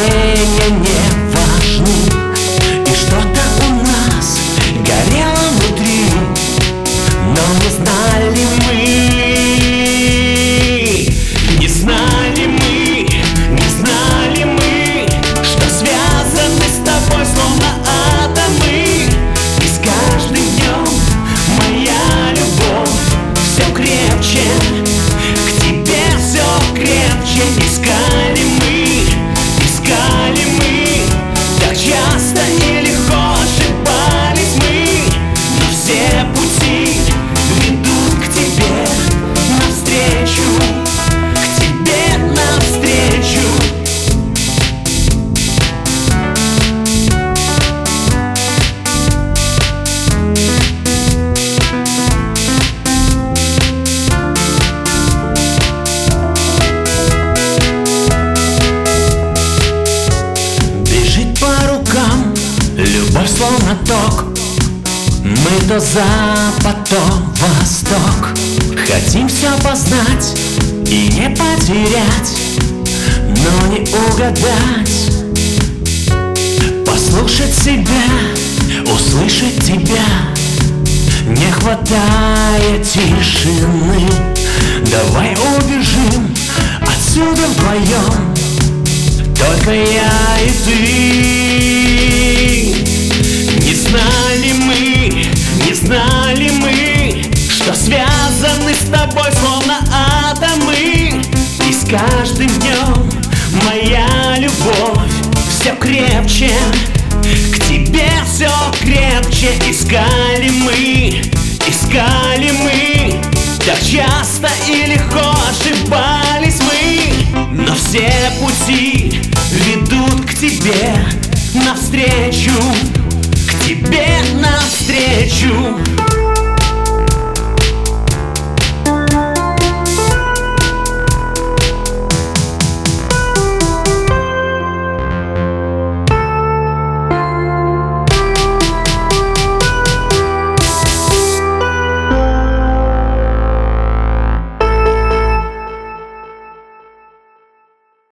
мгновения не важны. И что-то у нас горело внутри, но не знали мы, что связаны с тобой словно атомы. И с каждым днем моя любовь все крепче, к тебе все крепче. Искали мы, так часто и легко ошибались мы, но все пути ведут к тебе навстречу, к тебе навстречу. Любовь словно ток, мы то запад, то восток. Хотим все познать и не потерять, но не угадать. Послушать себя, услышать тебя, не хватает тишины. Давай убежим отсюда вдвоем, только я и ты. Не знали мы, что связаны с тобой словно атомы. И с каждым днем моя любовь все крепче, к тебе все крепче. Искали мы, так часто и легко ошибались мы, но все пути ведут к тебе навстречу, к тебе навстречу.